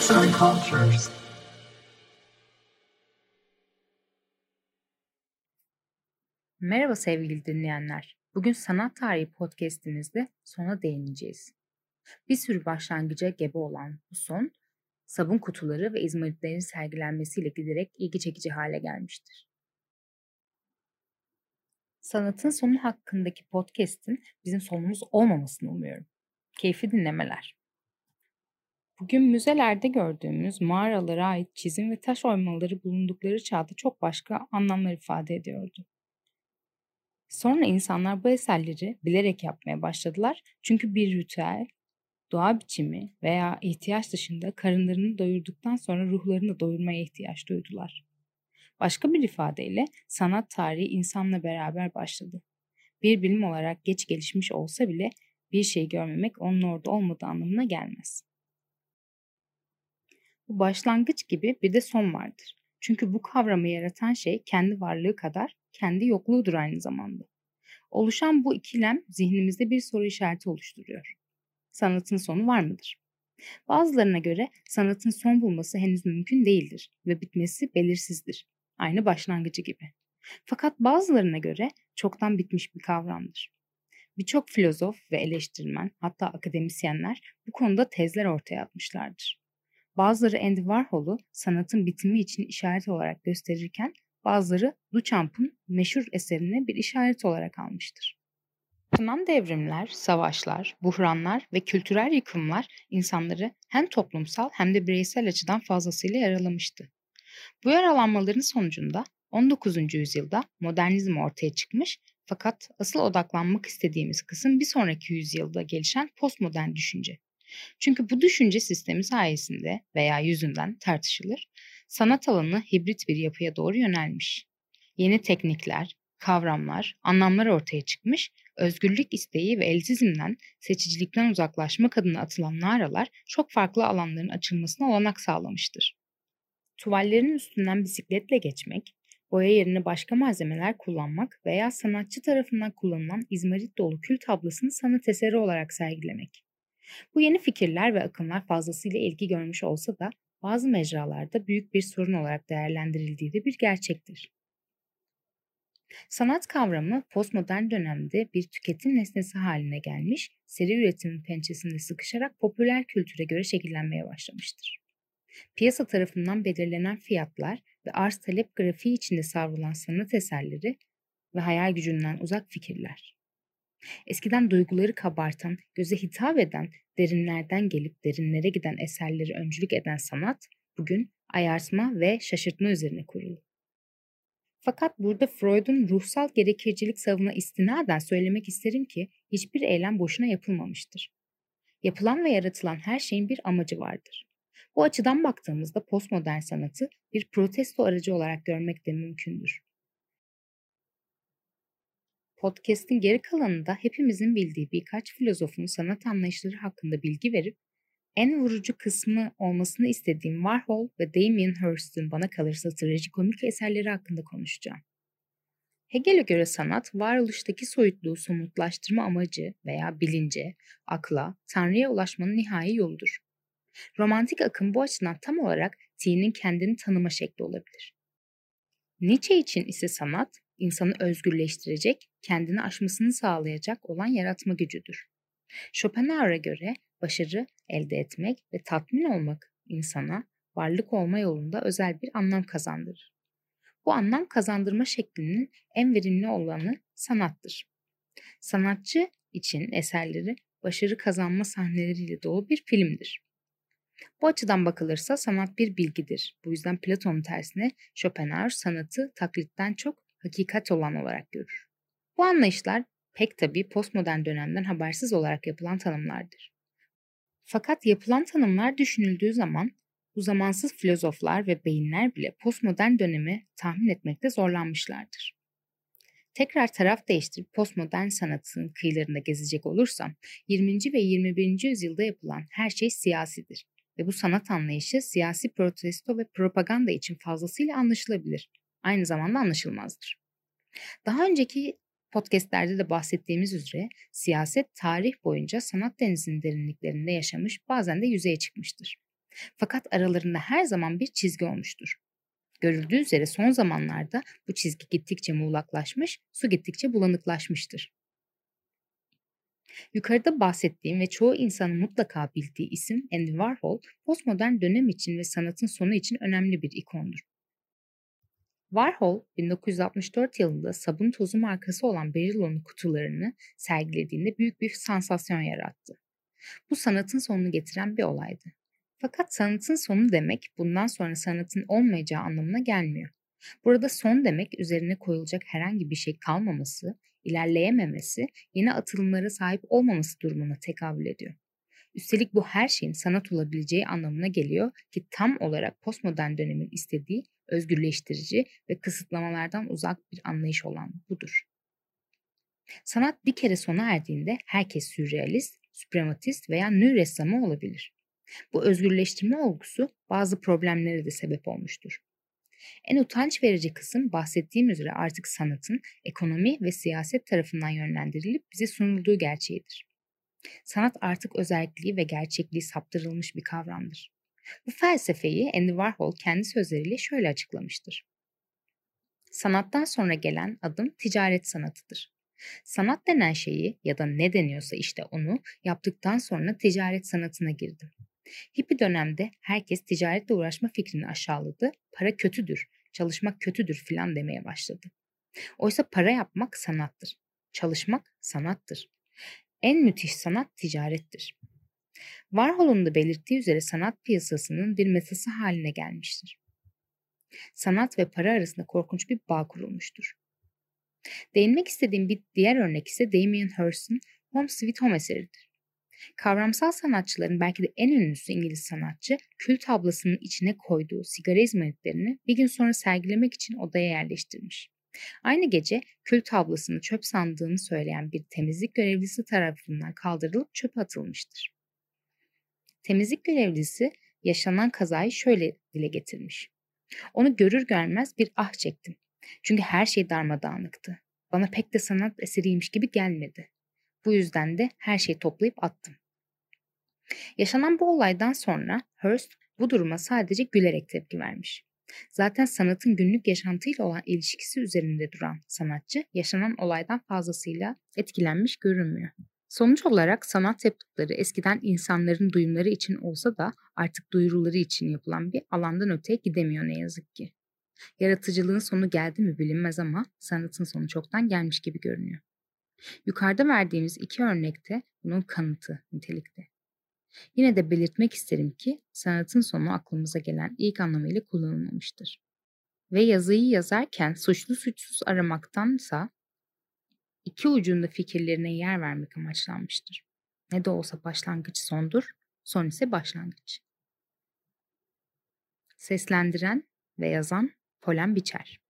Arts and Cultures. Merhaba sevgili dinleyenler. Bugün Sanat Tarihi podcast'imizde sona değineceğiz. Bir sürü başlangıca gebe olan bu son, sabun kutuları ve izmaritlerin sergilenmesiyle giderek ilgi çekici hale gelmiştir. Sanatın sonu hakkındaki podcast'in bizim sonumuz olmamasını umuyorum. Keyifli dinlemeler. Bugün müzelerde gördüğümüz mağaralara ait çizim ve taş oymaları bulundukları çağda çok başka anlamlar ifade ediyordu. Sonra insanlar bu eserleri bilerek yapmaya başladılar çünkü bir ritüel, doğa biçimi veya ihtiyaç dışında karınlarını doyurduktan sonra ruhlarını da doyurmaya ihtiyaç duydular. Başka bir ifadeyle sanat tarihi insanla beraber başladı. Bir bilim olarak geç gelişmiş olsa bile bir şey görmemek onun orada olmadığı anlamına gelmez. Bu başlangıç gibi bir de son vardır. Çünkü bu kavramı yaratan şey kendi varlığı kadar kendi yokluğudur aynı zamanda. Oluşan bu ikilem zihnimizde bir soru işareti oluşturuyor. Sanatın sonu var mıdır? Bazılarına göre sanatın son bulması henüz mümkün değildir ve bitmesi belirsizdir. Aynı başlangıcı gibi. Fakat bazılarına göre çoktan bitmiş bir kavramdır. Birçok filozof ve eleştirmen, hatta akademisyenler bu konuda tezler ortaya atmışlardır. Bazıları Andy Warhol'u sanatın bitimi için işaret olarak gösterirken bazıları Duchamp'ın meşhur eserini bir işaret olarak almıştır. Yaşanan devrimler, savaşlar, buhranlar ve kültürel yıkımlar insanları hem toplumsal hem de bireysel açıdan fazlasıyla yaralamıştı. Bu yaralanmaların sonucunda 19. yüzyılda modernizm ortaya çıkmış fakat asıl odaklanmak istediğimiz kısım bir sonraki yüzyılda gelişen postmodern düşünce. Çünkü bu düşünce sistemi sayesinde veya yüzünden tartışılır, sanat alanı hibrit bir yapıya doğru yönelmiş. Yeni teknikler, kavramlar, anlamlar ortaya çıkmış, özgürlük isteği ve elitizmden, seçicilikten uzaklaşmak adına atılan naralar çok farklı alanların açılmasına olanak sağlamıştır. Tuvallerin üstünden bisikletle geçmek, boya yerine başka malzemeler kullanmak veya sanatçı tarafından kullanılan izmarit dolu kül tablasını sanat eseri olarak sergilemek. Bu yeni fikirler ve akımlar fazlasıyla ilgi görmüş olsa da bazı mecralarda büyük bir sorun olarak değerlendirildiği de bir gerçektir. Sanat kavramı postmodern dönemde bir tüketim nesnesi haline gelmiş, seri üretimin pençesinde sıkışarak popüler kültüre göre şekillenmeye başlamıştır. Piyasa tarafından belirlenen fiyatlar ve arz talep grafiği içinde savrulan sanat eserleri ve hayal gücünden uzak fikirler. Eskiden duyguları kabartan, göze hitap eden, derinlerden gelip derinlere giden eserleri öncülük eden sanat, bugün ayartma ve şaşırtma üzerine kurulu. Fakat burada Freud'un ruhsal gerekircilik savına istinaden söylemek isterim ki hiçbir eylem boşuna yapılmamıştır. Yapılan ve yaratılan her şeyin bir amacı vardır. Bu açıdan baktığımızda postmodern sanatı bir protesto aracı olarak görmek de mümkündür. Podcast'in geri kalanında hepimizin bildiği birkaç filozofun sanat anlayışları hakkında bilgi verip en vurucu kısmı olmasını istediğim Warhol ve Damien Hirst'ın bana kalırsa trajikomik eserleri hakkında konuşacağım. Hegel'e göre sanat, varoluştaki soyutluğu somutlaştırma amacı veya bilince, akla, Tanrı'ya ulaşmanın nihai yoludur. Romantik akım bu açıdan tam olarak T'nin kendini tanıma şekli olabilir. Nietzsche için ise sanat, insanı özgürleştirecek, kendini aşmasını sağlayacak olan yaratma gücüdür. Schopenhauer'a göre başarı elde etmek ve tatmin olmak insana varlık olma yolunda özel bir anlam kazandırır. Bu anlam kazandırma şeklinin en verimli olanı sanattır. Sanatçı için eserleri başarı kazanma sahneleriyle dolu bir filmdir. Bu açıdan bakılırsa sanat bir bilgidir. Bu yüzden Platon'un tersine Schopenhauer sanatı taklitten çok hakikat olan olarak görür. Bu anlayışlar pek tabii postmodern dönemden habersiz olarak yapılan tanımlardır. Fakat yapılan tanımlar düşünüldüğü zaman bu zamansız filozoflar ve beyinler bile postmodern dönemi tahmin etmekte zorlanmışlardır. Tekrar taraf değiştirip postmodern sanatının kıyılarında gezecek olursam 20. ve 21. yüzyılda yapılan her şey siyasidir ve bu sanat anlayışı siyasi protesto ve propaganda için fazlasıyla anlaşılabilir, aynı zamanda anlaşılmazdır. Daha önceki podcastlerde de bahsettiğimiz üzere siyaset tarih boyunca sanat denizinin derinliklerinde yaşamış, bazen de yüzeye çıkmıştır. Fakat aralarında her zaman bir çizgi olmuştur. Görüldüğü üzere son zamanlarda bu çizgi gittikçe muğlaklaşmış, su gittikçe bulanıklaşmıştır. Yukarıda bahsettiğim ve çoğu insanın mutlaka bildiği isim Andy Warhol, postmodern dönem için ve sanatın sonu için önemli bir ikondur. Warhol, 1964 yılında sabun tozu markası olan Brillo'nun kutularını sergilediğinde büyük bir sansasyon yarattı. Bu sanatın sonunu getiren bir olaydı. Fakat sanatın sonu demek bundan sonra sanatın olmayacağı anlamına gelmiyor. Burada son demek üzerine koyulacak herhangi bir şey kalmaması, ilerleyememesi, yeni atılımlara sahip olmaması durumuna tekabül ediyor. Üstelik bu her şeyin sanat olabileceği anlamına geliyor ki tam olarak postmodern dönemin istediği özgürleştirici ve kısıtlamalardan uzak bir anlayış olan budur. Sanat bir kere sona erdiğinde herkes sürrealist, süprematist veya nü ressamı olabilir. Bu özgürleştirme olgusu bazı problemlere de sebep olmuştur. En utanç verici kısım bahsettiğim üzere artık sanatın ekonomi ve siyaset tarafından yönlendirilip bize sunulduğu gerçeğidir. Sanat artık özelliği ve gerçekliği saptırılmış bir kavramdır. Bu felsefeyi Andy Warhol kendi sözleriyle şöyle açıklamıştır. Sanattan sonra gelen adım ticaret sanatıdır. Sanat denen şeyi ya da ne deniyorsa işte onu yaptıktan sonra ticaret sanatına girdim. Hippie dönemde herkes ticaretle uğraşma fikrini aşağıladı, para kötüdür, çalışmak kötüdür filan demeye başladı. Oysa para yapmak sanattır, çalışmak sanattır. En müthiş sanat ticarettir. Warhol'un da belirttiği üzere sanat piyasasının bir metası haline gelmiştir. Sanat ve para arasında korkunç bir bağ kurulmuştur. Değinmek istediğim bir diğer örnek ise Damien Hirst'ın Home Sweet Home eseridir. Kavramsal sanatçıların belki de en ünlüsü İngiliz sanatçı, kül tablasının içine koyduğu sigara izmaritlerini bir gün sonra sergilemek için odaya yerleştirmiş. Aynı gece kül tablasını çöp sandığını söyleyen bir temizlik görevlisi tarafından kaldırılıp çöpe atılmıştır. Temizlik görevlisi yaşanan kazayı şöyle dile getirmiş. Onu görür görmez bir ah çektim. Çünkü her şey darmadağınıktı. Bana pek de sanat eseriymiş gibi gelmedi. Bu yüzden de her şeyi toplayıp attım. Yaşanan bu olaydan sonra Hearst bu duruma sadece gülerek tepki vermiş. Zaten sanatın günlük yaşantıyla olan ilişkisi üzerinde duran sanatçı yaşanan olaydan fazlasıyla etkilenmiş görünmüyor. Sonuç olarak sanat yapıtları eskiden insanların duyumları için olsa da artık duyuruları için yapılan bir alandan öteye gidemiyor ne yazık ki. Yaratıcılığın sonu geldi mi bilinmez ama sanatın sonu çoktan gelmiş gibi görünüyor. Yukarıda verdiğimiz iki örnekte bunun kanıtı nitelikte. Yine de belirtmek isterim ki sanatın sonu aklımıza gelen ilk anlamıyla kullanılmamıştır. Ve yazıyı yazarken suçlu suçsuz aramaktansa iki ucunda fikirlerine yer vermek amaçlanmıştır. Ne de olsa başlangıç sondur, son ise başlangıç. Seslendiren ve yazan Polen Biçer.